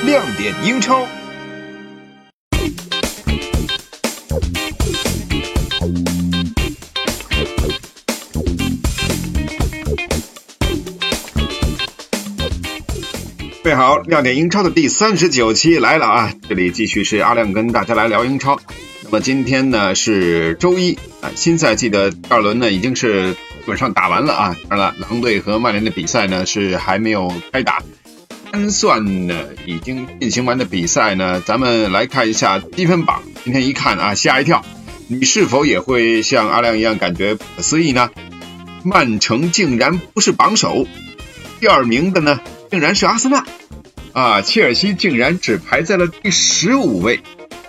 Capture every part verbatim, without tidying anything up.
亮点英超。各位好，亮点英超的第三十九期来了啊！这里继续是阿亮跟大家来聊英超。那么今天呢是周一啊，新赛季的第二轮呢已经是基本上打完了啊。当然了，狼队和曼联的比赛呢是还没有开打。单算呢已经进行完的比赛呢，咱们来看一下积分榜。今天一看啊，吓一跳，你是否也会像阿亮一样感觉不可思议呢？曼城竟然不是榜首，第二名的呢竟然是阿森纳啊，切尔西竟然只排在了第十五位。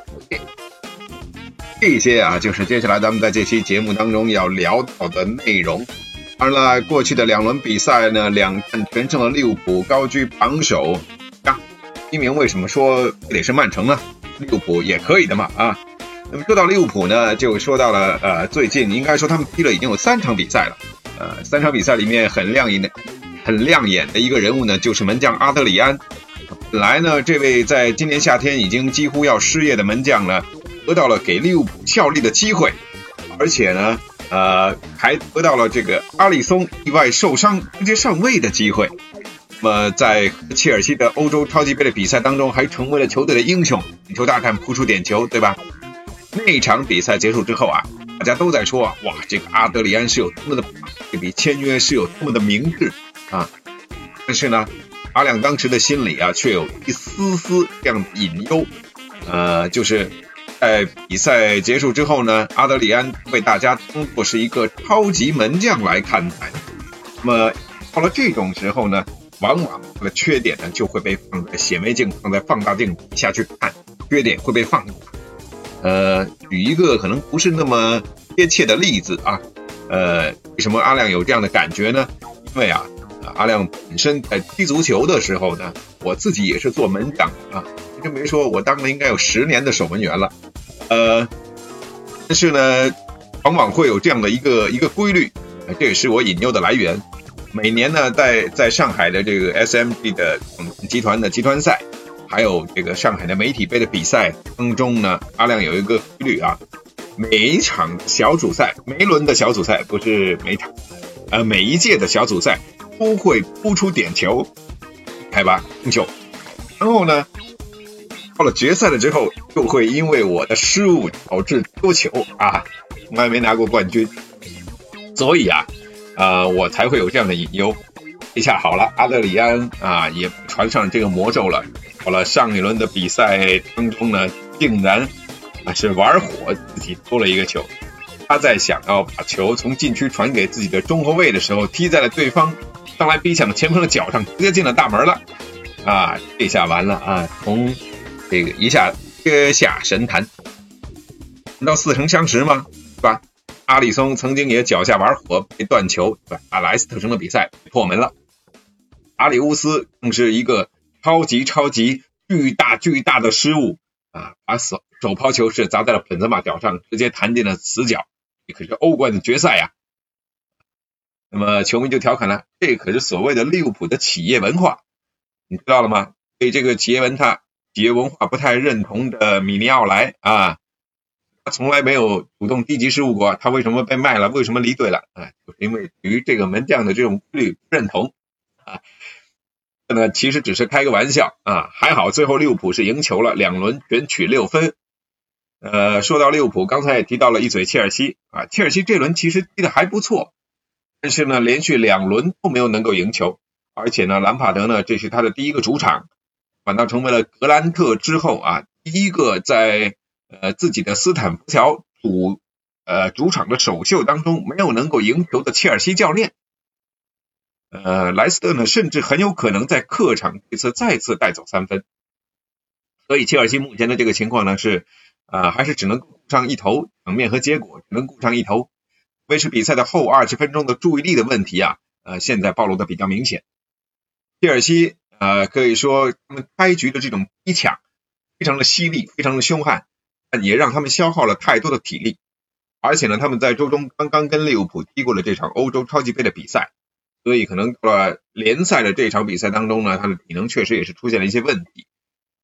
这些啊就是接下来咱们在这期节目当中要聊到的内容。当然了，过去的两轮比赛呢，两战全胜的利物浦高居榜首啊。第一名为什么说得是曼城呢？利物浦也可以的嘛啊。那么说到利物浦呢，就说到了呃最近应该说他们踢了已经有三场比赛了。呃三场比赛里面很亮眼的很亮眼的一个人物呢，就是门将阿德里安。本来呢，这位在今年夏天已经几乎要失业的门将呢，得到了给利物浦效力的机会，而且呢呃，还得到了这个阿里松意外受伤直接上位的机会。那么在切尔西的欧洲超级杯的比赛当中，还成为了球队的英雄，点球大战扑出点球，对吧？那场比赛结束之后啊，大家都在说啊，哇，这个阿德里安是有多么的棒，这笔签约是有多么的明智啊！但是呢，阿亮当时的心里啊，却有一丝丝这样的隐忧，呃，就是在比赛结束之后呢，阿德里安被大家当作是一个超级门将来看待。那么到了这种时候呢，往往他的缺点呢就会被放在显微镜、放在放大镜底下去看，缺点会被放大。呃，举一个可能不是那么贴切的例子啊，呃，为什么阿亮有这样的感觉呢？因为啊，阿亮本身在踢足球的时候呢，我自己也是做门将啊，就没说我当了应该有十年的守门员了。呃，但是呢，往往会有这样的一个一个规律，这也是我引诱的来源。每年呢，在在上海的这个 S M G 的集团的集团赛，还有这个上海的媒体杯的比赛当中呢，阿亮有一个规律啊，每一场小组赛，每一轮的小组赛不是每场，呃，每一届的小组赛都会扑出点球，开吧，进球，然后呢，到了决赛了之后，就会因为我的失误导致丢球啊，从来没拿过冠军，所以啊，呃，我才会有这样的隐忧。一下好了，阿德里安啊也传上这个魔咒了。到了上一轮的比赛当中呢，竟然啊是玩火自己丢了一个球。他在想要把球从禁区传给自己的中后卫的时候，踢在了对方上来逼抢的前锋的脚上，直接进了大门了。啊，这下完了啊，从这个一下跌下神坛。难道似曾相识吗？是吧？阿里松曾经也脚下玩火被断球，把莱斯特城的比赛破门了。阿里乌斯更是一个超级超级巨大巨大的失误啊，把手手抛球是砸在了本泽马脚上，直接弹进了死角。这可是欧冠的决赛呀、啊！那么球迷就调侃了，这可是所谓的利物浦的企业文化，你知道了吗？对这个企业文化企业文化不太认同的米尼奥莱啊，他从来没有主动低级失误过，他为什么被卖了？为什么离队了？啊，就是因为对于这个门将的这种规律不认同啊。这呢其实只是开个玩笑啊，还好最后利物浦是赢球了，两轮全取六分。呃，说到利物浦，刚才也提到了一嘴切尔西啊，切尔西这轮其实踢得还不错，但是呢连续两轮都没有能够赢球，而且呢兰帕德呢这是他的第一个主场，反倒成为了格兰特之后啊第一个在呃自己的斯坦福桥主呃主场的首秀当中没有能够赢球的切尔西教练。呃，莱斯特呢，甚至很有可能在客场这次再次带走三分，所以切尔西目前的这个情况呢是，呃，还是只能顾上一头，场面和结果只能顾上一头。维持比赛的后二十分钟的注意力的问题啊，呃，现在暴露的比较明显。切尔西呃，可以说他们开局的这种逼抢非常的犀利，非常的凶悍，但也让他们消耗了太多的体力。而且呢，他们在周中刚刚跟利物浦踢过了这场欧洲超级杯的比赛。所以可能到了联赛的这场比赛当中呢，他的体能确实也是出现了一些问题。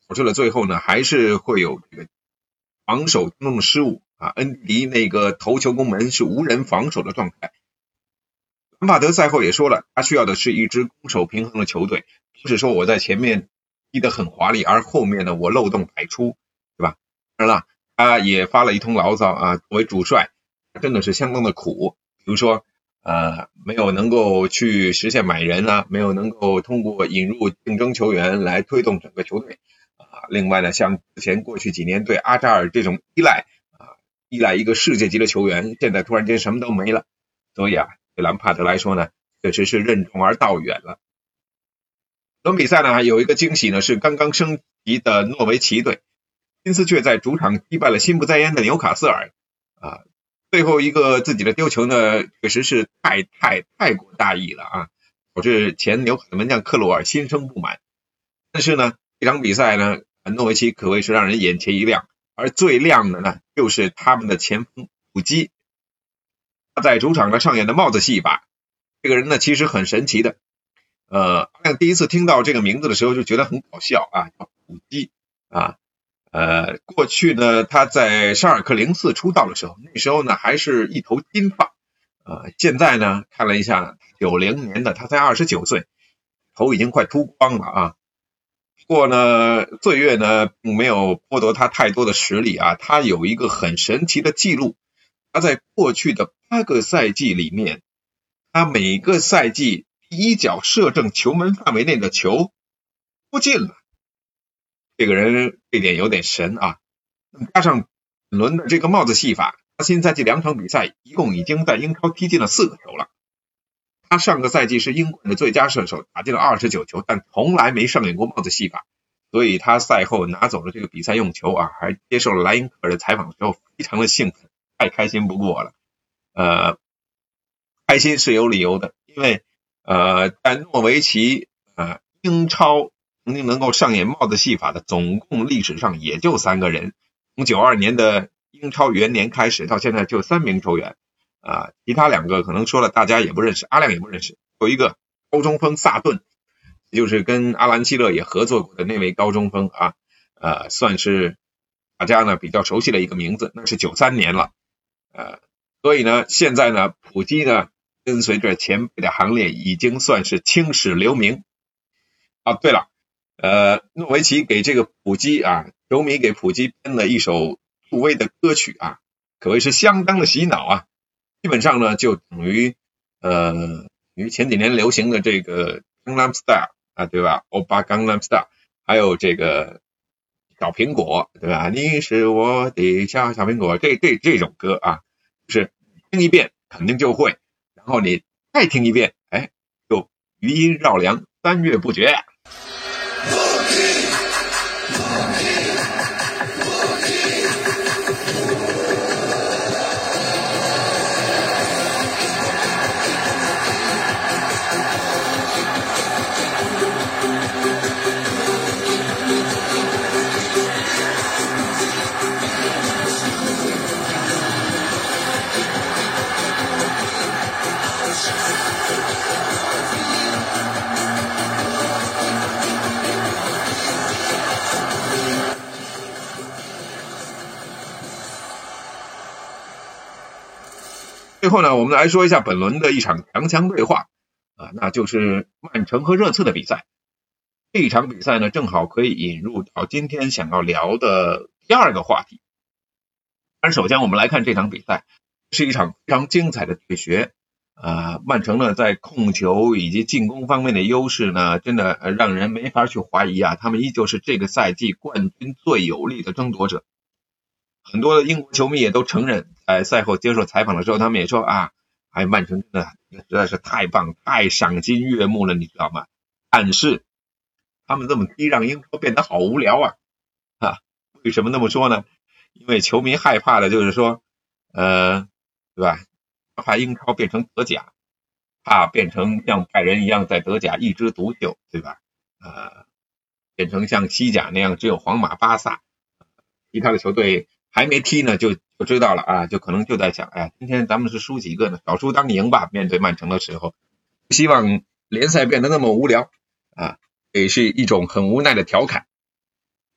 导致了最后呢还是会有这个防守中的失误啊，恩迪那个头球攻门是无人防守的状态。兰帕德赛后也说了，他需要的是一支攻守平衡的球队，不是说我在前面踢得很华丽，而后面呢我漏洞百出，对吧？当然了，他也发了一通牢骚啊，作为主帅真的是相当的苦，比如说呃，没有能够去实现买人啊，没有能够通过引入竞争球员来推动整个球队啊。另外呢，像之前过去几年对阿扎尔这种依赖啊，依赖一个世界级的球员，现在突然间什么都没了，所以啊，对兰帕德来说呢，确实是任重而道远了。本轮比赛呢，有一个惊喜呢，是刚刚升级的诺维奇队，金丝雀在主场击败了心不在焉的纽卡斯尔啊。最后一个自己的丢球呢，确实是太太太过大意了啊，导致前纽卡的门将克鲁尔心生不满。但是呢，这场比赛呢，诺维奇可谓是让人眼前一亮，而最亮的呢，就是他们的前锋普基。他在主场呢上演的帽子戏法，这个人呢其实很神奇的。呃，第一次听到这个名字的时候就觉得很搞笑啊，叫普基啊。呃，过去呢，他在沙尔克零四出道的时候，那时候呢还是一头金发，呃，现在呢看了一下，九零年的他才二十九岁，头已经快秃光了啊。不过呢，岁月呢并没有剥夺他太多的实力啊，他有一个很神奇的记录，他在过去的八个赛季里面，他每个赛季第一脚射正球门范围内的球不进了。这个人这点有点神啊，加上本轮的这个帽子戏法，他新赛季两场比赛一共已经在英超踢进了四个球了。他上个赛季是英冠的最佳射手，打进了二十九球，但从来没上演过帽子戏法，所以他赛后拿走了这个比赛用球啊，还接受了莱因克尔的采访的时候非常的兴奋，太开心不过了。呃，开心是有理由的，因为呃，在诺维奇呃英超曾经能够上演帽子戏法的总共历史上也就三个人，从九二年的英超元年开始到现在就三名球员啊，其他两个可能说了大家也不认识，阿亮也不认识，有一个高中锋萨顿，就是跟阿兰希勒也合作过的那位高中锋啊，呃，算是大家呢比较熟悉的一个名字，那是九三年了，呃，所以呢现在呢普基呢跟随着前辈的行列已经算是青史留名啊。对了，呃，诺维奇给这个普基啊，球迷给普基编了一首助威的歌曲啊，可谓是相当的洗脑啊。基本上呢，就等于呃，于前几年流行的这个 Gangnam Style 啊，对吧？欧巴 Gangnam Style， 还有这个小苹果，对吧？你是我的小小苹果，这这这种歌啊，就是听一遍肯定就会，然后你再听一遍，哎，就余音绕梁，三月不绝。最后呢，我们来说一下本轮的一场强强对话啊，那就是曼城和热刺的比赛。这一场比赛呢，正好可以引入到今天想要聊的第二个话题。而首先我们来看这场比赛，是一场非常精彩的对决。呃，曼城呢在控球以及进攻方面的优势呢，真的让人没法去怀疑啊，他们依旧是这个赛季冠军最有力的争夺者。很多英国球迷也都承认，在赛后接受采访的时候，他们也说啊，哎，曼城真的实在是太棒，太赏心悦目了，你知道吗？但是他们这么踢让英超变得好无聊啊！啊，为什么那么说呢？因为球迷害怕的就是说，呃，对吧？怕英超变成德甲，怕变成像拜仁一样在德甲一枝独秀，对吧？呃，变成像西甲那样只有皇马、巴萨，其他的球队还没踢呢，就就知道了啊，就可能就在想，哎呀，今天咱们是输几个呢？少输当赢吧。面对曼城的时候，希望联赛变得那么无聊啊，也是一种很无奈的调侃。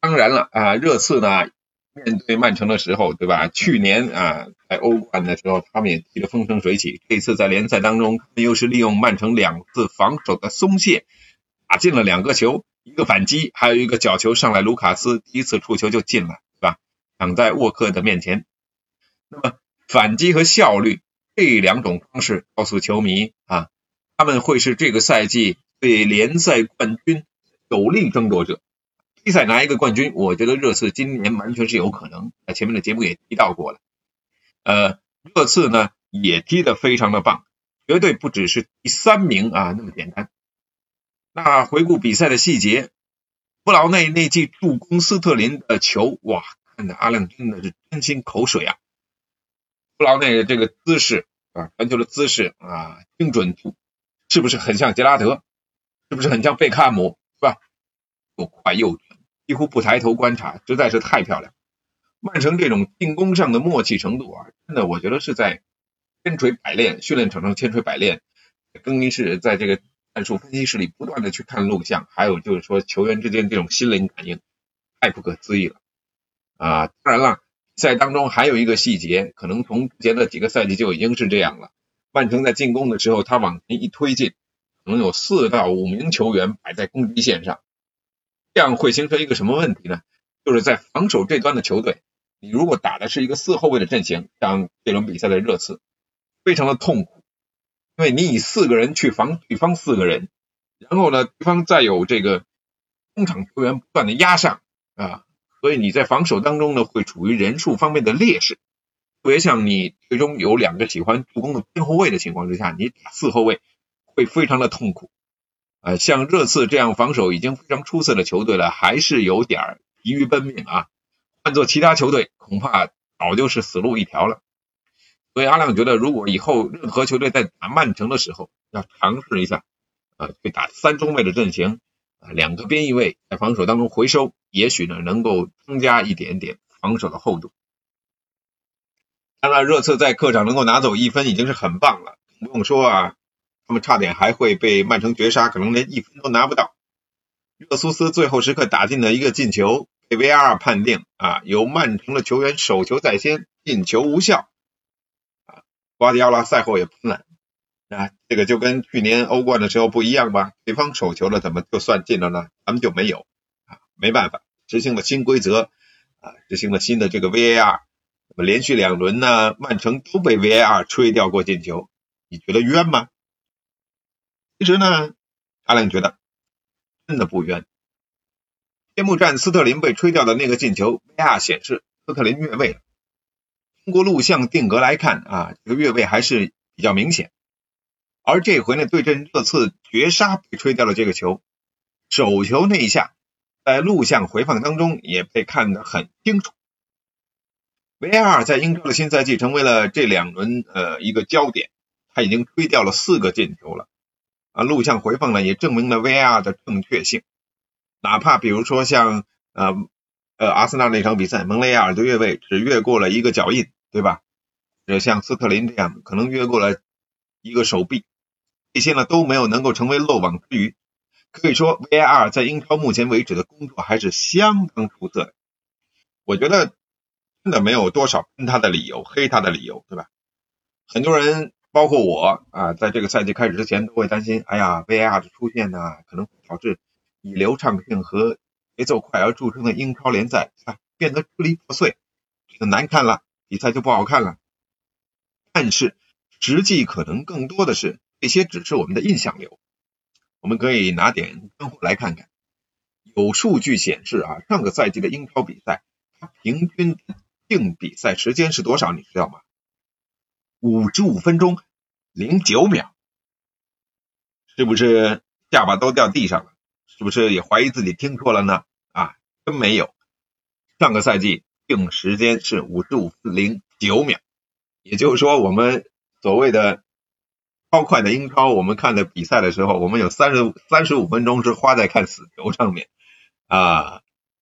当然了啊，热刺呢面对曼城的时候，对吧？去年啊在欧冠的时候，他们也踢得风生水起。这次在联赛当中，他们又是利用曼城两次防守的松懈，打进了两个球，一个反击，还有一个角球上来，卢卡斯第一次触球就进了，对吧？挡在沃克的面前。那么反击和效率这两种方式，告诉球迷啊，他们会是这个赛季对联赛冠军有力争夺者。比赛拿一个冠军，我觉得热刺今年完全是有可能，在前面的节目也提到过了。呃，热刺呢也踢得非常的棒，绝对不只是第三名啊那么简单。那回顾比赛的细节，布劳内那记助攻斯特林的球，哇，看得阿亮真的是真心口水啊！布劳内的这个姿势啊，传球的姿势啊，精准度是不是很像杰拉德？是不是很像贝克汉姆？是吧？又快又准，几乎不抬头观察，实在是太漂亮。曼城这种进攻上的默契程度啊，真的我觉得是在千锤百炼，训练场上千锤百炼，更衣室在这个战术分析室里不断的去看录像，还有就是说球员之间这种心灵感应，太不可思议了啊！当然了，比赛当中还有一个细节，可能从之前的几个赛季就已经是这样了。曼城在进攻的时候，他往前一推进，可能有四到五名球员摆在攻击线上，这样会形成一个什么问题呢？就是在防守这端的球队，你如果打的是一个四后卫的阵型，像这轮比赛的热刺，非常的痛苦，因为你以四个人去防对方四个人，然后呢，对方再有这个中场球员不断的压上啊，所以你在防守当中呢，会处于人数方面的劣势。特别像你最终有两个喜欢助攻的边后卫的情况之下，你打四后卫会非常的痛苦。呃，像热刺这样防守已经非常出色的球队了，还是有点疲于奔命啊。换做其他球队，恐怕早就是死路一条了。所以阿亮觉得，如果以后任何球队在打曼城的时候，要尝试一下，呃，去打三中卫的阵型，呃，两个边翼位在防守当中回收，也许呢能够增加一点点防守的厚度。当然，热刺在客场能够拿走一分已经是很棒了，不用说啊，他们差点还会被曼城绝杀，可能连一分都拿不到。热苏斯最后时刻打进了一个进球，被 V R 判定啊，由曼城的球员手球在先，进球无效。啊，瓜迪奥拉赛后也喷了，啊，这个就跟去年欧冠的时候不一样吧？对方手球了，怎么就算进了呢？咱们就没有啊，没办法，执行了新规则啊，执行了新的这个 V A R。那么连续两轮呢，曼城都被 V A R 吹掉过进球，你觉得冤吗？其实呢，阿亮觉得真的不冤。揭幕战斯特林被吹掉的那个进球 V A R 显示斯特林越位了。通过录像定格来看啊，这个越位还是比较明显。而这回呢，对阵热刺绝杀被吹掉了这个球，手球那一下在录像回放当中也被看得很清楚。V A R 在英超的新赛季成为了这两轮呃一个焦点，他已经吹掉了四个进球了啊，录像回放呢也证明了 V A R 的正确性。哪怕比如说像呃呃阿森纳那场比赛，蒙雷亚尔的越位只越过了一个脚印，对吧？就像斯特林这样可能越过了一个手臂，这些呢都没有能够成为漏网之鱼。可以说 V A R 在英超目前为止的工作还是相当出色的。我觉得真的没有多少喷他的理由，黑他的理由，对吧？很多人包括我啊，在这个赛季开始之前都会担心，哎呀 V A R 的出现呢，可能会导致以流畅性和节奏快而著称的英超联赛啊变得支离破碎，这个难看了，比赛就不好看了。但是实际可能更多的是这些只是我们的印象流。我们可以拿点干货来看看，有数据显示啊，上个赛季的英超比赛它平均净比赛时间是多少你知道吗？五十五分钟零九秒。是不是下巴都掉地上了？是不是也怀疑自己听错了呢？啊，真没有。上个赛季净时间是五十五分零九秒。也就是说我们所谓的超快的英超，我们看的比赛的时候，我们有三十三十五分钟是花在看死球上面啊。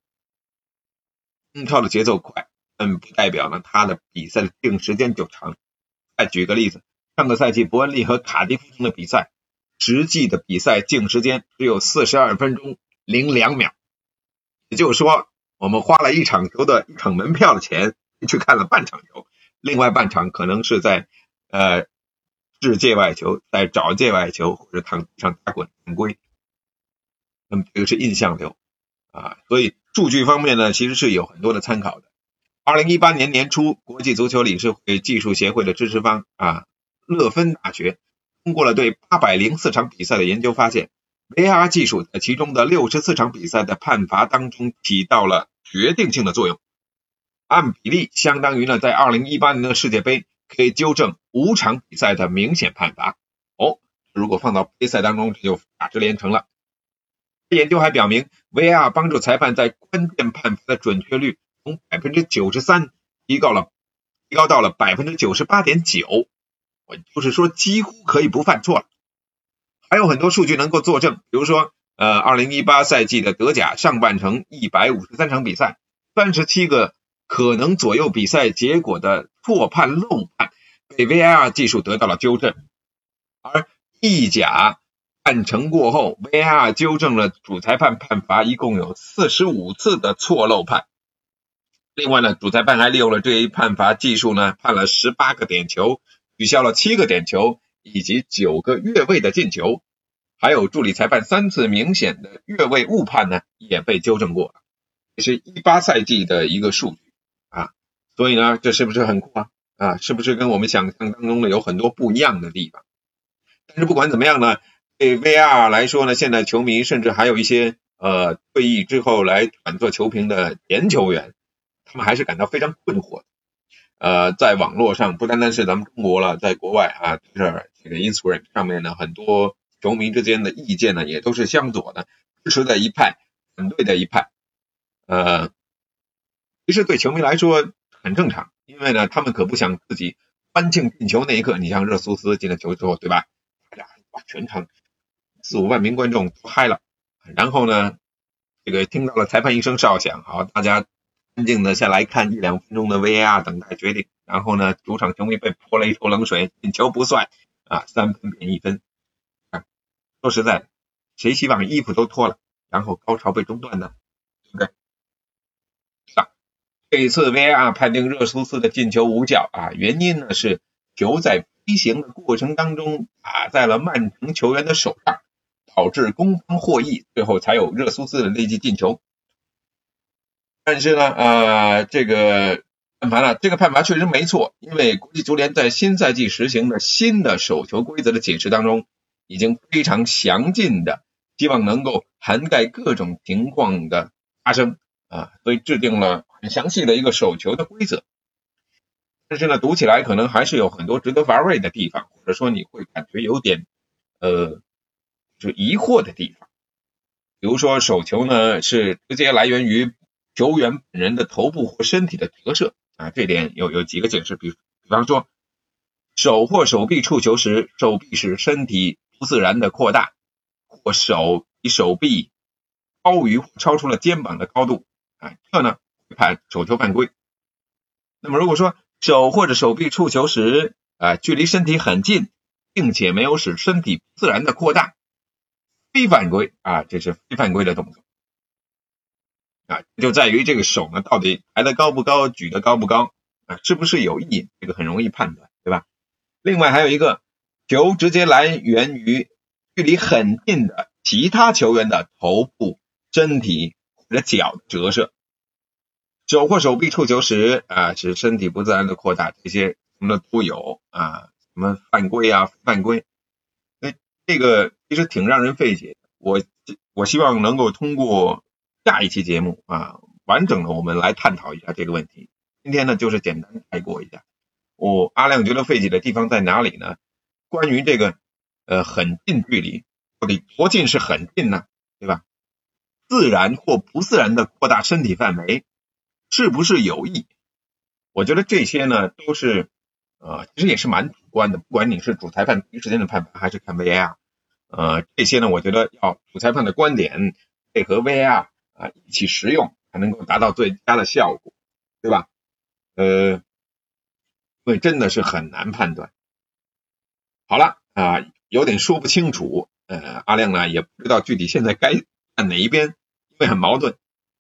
英超的节奏快，嗯，不代表呢它的比赛的净时间就长。再举个例子，上个赛季伯恩利和卡迪夫城的比赛，实际的比赛净时间只有四十二分钟零两秒。也就是说， 我们花了一场球的一场门票的钱去看了半场球，另外半场可能是在呃掷界外球，在找界外球，或者躺地上打滚犯规。那么这个是印象流啊，所以数据方面呢，其实是有很多的参考的。二零一八年年初，国际足球理事会技术协会的支持方啊，勒芬大学通过了对八百零四场比赛的研究，发现 V A R 技术在其中的六十四场比赛的判罚当中起到了决定性的作用，按比例相当于呢，在二零一八年的世界杯可以纠正五场比赛的明显判罚。哦，如果放到杯赛当中，这就价值连城了。研究还表明 V A R 帮助裁判在关键判罚的准确率从 百分之九十三 提高了提高到了 百分之九十八点九， 我就是说几乎可以不犯错了。还有很多数据能够作证，比如说呃二零一八赛季的德甲上半程一百五十三场比赛，三十七个可能左右比赛结果的错判漏判被 V A R 技术得到了纠正，而意甲半程过后 V A R 纠正了主裁判判罚一共有四十五次的错漏判。另外呢，主裁判还利用了这一判罚技术呢，判了十八个点球，取消了七个点球以及九个越位的进球，还有助理裁判三次明显的越位误判呢也被纠正过了。这是十八赛季的一个数据啊，所以呢，这是不是很酷啊？啊，是不是跟我们想象当中的有很多不一样的地方？但是不管怎么样呢，对 V A R 来说呢，现在球迷甚至还有一些呃退役之后来转做球评的前球员，他们还是感到非常困惑的。呃，在网络上不单单是咱们中国了，在国外啊，这这个 Instagram 上面呢，很多球迷之间的意见呢也都是相左的，支持的一派，反对的一派。呃，其实对球迷来说很正常，因为呢，他们可不想自己欢庆进球那一刻，你像热苏斯进了球之后，对吧？大家哇，全场四五万名观众都嗨了，然后呢，这个听到了裁判一声哨响，好，大家安静的下来看一两分钟的 V A R 等待决定，然后呢，主场球迷被泼了一头冷水，进球不算啊，三分贬一分。啊，说实在的，谁希望衣服都脱了，然后高潮被中断呢？对不对？啊，这一次 V A R 判定热苏斯的进球无效啊，原因呢是球在飞行的过程当中打在了曼城球员的手上，导致攻方获益，最后才有热苏斯的那记进球。但是呢，呃，这个判罚呢，这个判罚确实没错，因为国际足联在新赛季实行的新的手球规则的解释当中，已经非常详尽的希望能够涵盖各种情况的发生啊，所以制定了很详细的一个手球的规则。但是呢，读起来可能还是有很多值得玩味的地方，或者说你会感觉有点呃，就是疑惑的地方。比如说手球呢是直接来源于球员本人的头部或身体的折射啊，这点有有几个解释，比比方说手或手臂触球时，手臂使身体不自然的扩大，或手比手臂高于或超出了肩膀的高度啊，这呢会判手球犯规。那么如果说手或者手臂触球时啊，距离身体很近，并且没有使身体不自然的扩大，非犯规啊，这是非犯规的动作啊，就在于这个手呢到底抬得高不高，举得高不高啊，是不是有意，这个很容易判断，对吧？另外还有一个，球直接来源于距离很近的其他球员的头部、身体或者脚的折射。手或手臂触球时啊，使身体不自然的扩大，这些什么都有啊，什么犯规啊，犯规。那这个其实挺让人费解的。我我希望能够通过下一期节目啊，完整的我们来探讨一下这个问题。今天呢，就是简单带过一下。我阿亮觉得费解的地方在哪里呢？关于这个呃很近距离，到底多近是很近呢？对吧？自然或不自然的扩大身体范围，是不是有意？我觉得这些呢都是呃其实也是蛮主观的，不管你是主裁判第一时间的判罚还是看 V A R， 呃这些呢我觉得要主裁判的观点配合 V A R 啊一起使用，才能够达到最佳的效果，对吧？呃因为真的是很难判断。好了啊，有点说不清楚，呃阿亮呢也不知道具体现在该站哪一边，因为很矛盾。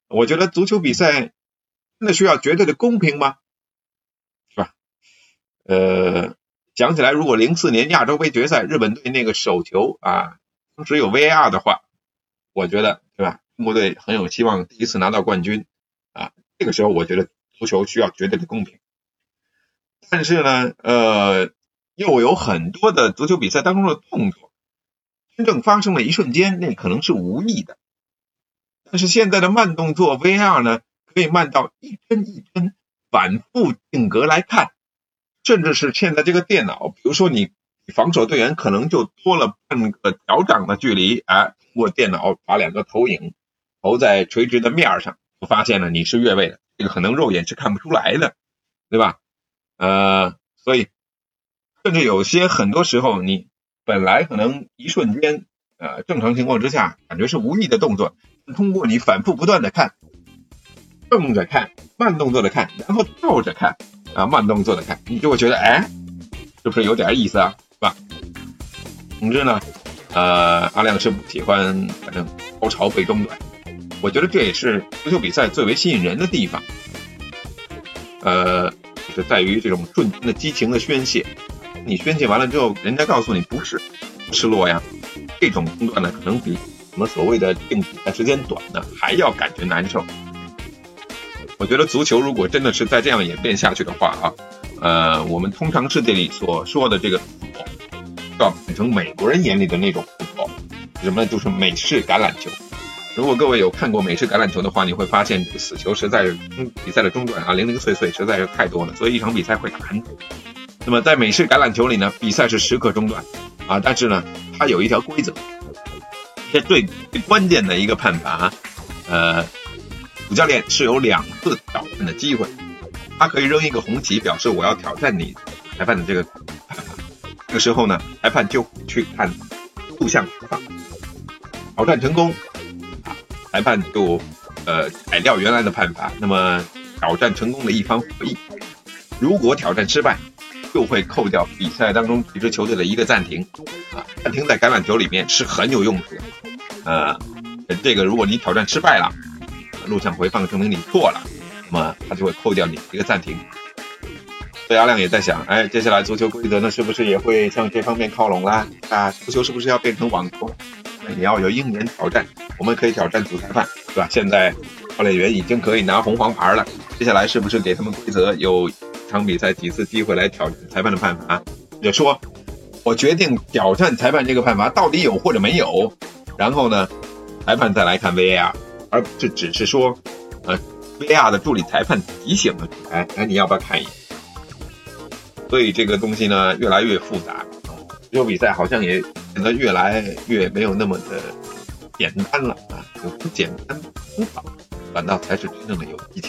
我觉得足球比赛真的需要绝对的公平吗？是吧？呃，讲起来，如果零四年亚洲杯决赛日本队那个手球啊，当时有 V A R 的话，我觉得对吧？中国队很有希望第一次拿到冠军啊。这个时候我觉得足球需要绝对的公平。但是呢，呃，又有很多的足球比赛当中的动作，真正发生的一瞬间，那可能是无意的。但是现在的慢动作 V A R 呢，可以慢到一帧一帧反复定格来看，甚至是现在这个电脑，比如说你防守队员可能就多了半个脚掌的距离啊，通过电脑把两个投影投在垂直的面上，就发现了你是越位的，这个可能肉眼是看不出来的，对吧？呃，所以甚至有些很多时候你本来可能一瞬间呃，正常情况之下感觉是无意的动作，通过你反复不断的看，正着看，慢动作的看，然后倒着看啊，慢动作的看，你就会觉得哎，是不是有点意思啊，是吧？总之呢，呃，阿亮是不喜欢反正高潮被中断，我觉得这也是足球比赛最为吸引人的地方，呃，是在于这种瞬间的激情的宣泄。你宣泄完了之后，人家告诉你不是失落呀，这种中断呢，可能比我们所谓的定比赛时间短呢还要感觉难受。我觉得足球如果真的是再这样演变下去的话啊，呃，我们通常世界里所说的这个要变成美国人眼里的那种futbol，什么就是美式橄榄球。如果各位有看过美式橄榄球的话，你会发现这个死球实在是比赛的中断啊，零零碎碎实在是太多了，所以一场比赛会打很久。那么在美式橄榄球里呢，比赛是时刻中断啊，但是呢，它有一条规则，这最最关键的一个判罚，呃，主教练是有两次挑战的机会，他可以扔一个红旗表示我要挑战你裁判的这个判罚，这个时候呢，裁判就去看录像回放，挑战成功，啊，裁判就呃改掉原来的判罚，那么挑战成功的一方获益，如果挑战失败，就会扣掉比赛当中一支球队的一个暂停啊，暂停在橄榄球里面是很有用处的。呃，这个如果你挑战失败了，录像回放证明你错了，那么他就会扣掉你一个暂停。所以阿亮也在想，哎，接下来足球规则呢是不是也会向这方面靠拢啦？啊，足球是不是要变成网球？也要有鹰眼挑战，我们可以挑战主裁判，对吧？现在教练员已经可以拿红黄牌了，接下来是不是给他们规则有场比赛几次机会来挑战裁判的判罚，就说我决定挑战裁判这个判罚到底有或者没有，然后呢裁判再来看 V A R， 而不是只是说呃 V A R 的助理裁判提醒了你，哎哎你要不要看一眼？所以这个东西呢越来越复杂，足球比赛好像也显得越来越没有那么的简单了啊，有不简单不好，反倒才是真正的有激情。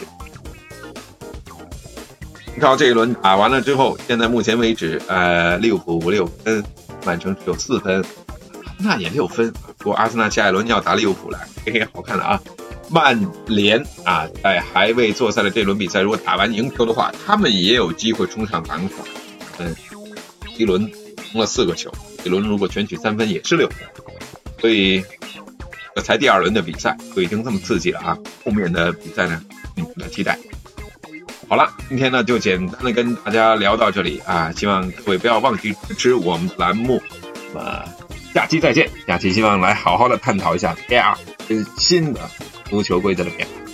英超这一轮打完了之后，现在目前为止，呃，利物浦六分，曼城只有四分，阿森纳也六分。不过阿森纳下一轮要打利物浦了，嘿嘿，好看了啊！曼联啊，在还未作赛的这轮比赛，如果打完赢球的话，他们也有机会冲上榜首。嗯，一轮赢了四个球，一轮如果全取三分也是六分，所以这才第二轮的比赛就已经这么刺激了啊！后面的比赛呢，嗯，值得期待。好了，今天呢就简单的跟大家聊到这里啊，希望各位不要忘记支持我们的栏目，那么下期再见，下期希望来好好的探讨一下 V A R 跟新的足球规则的变化。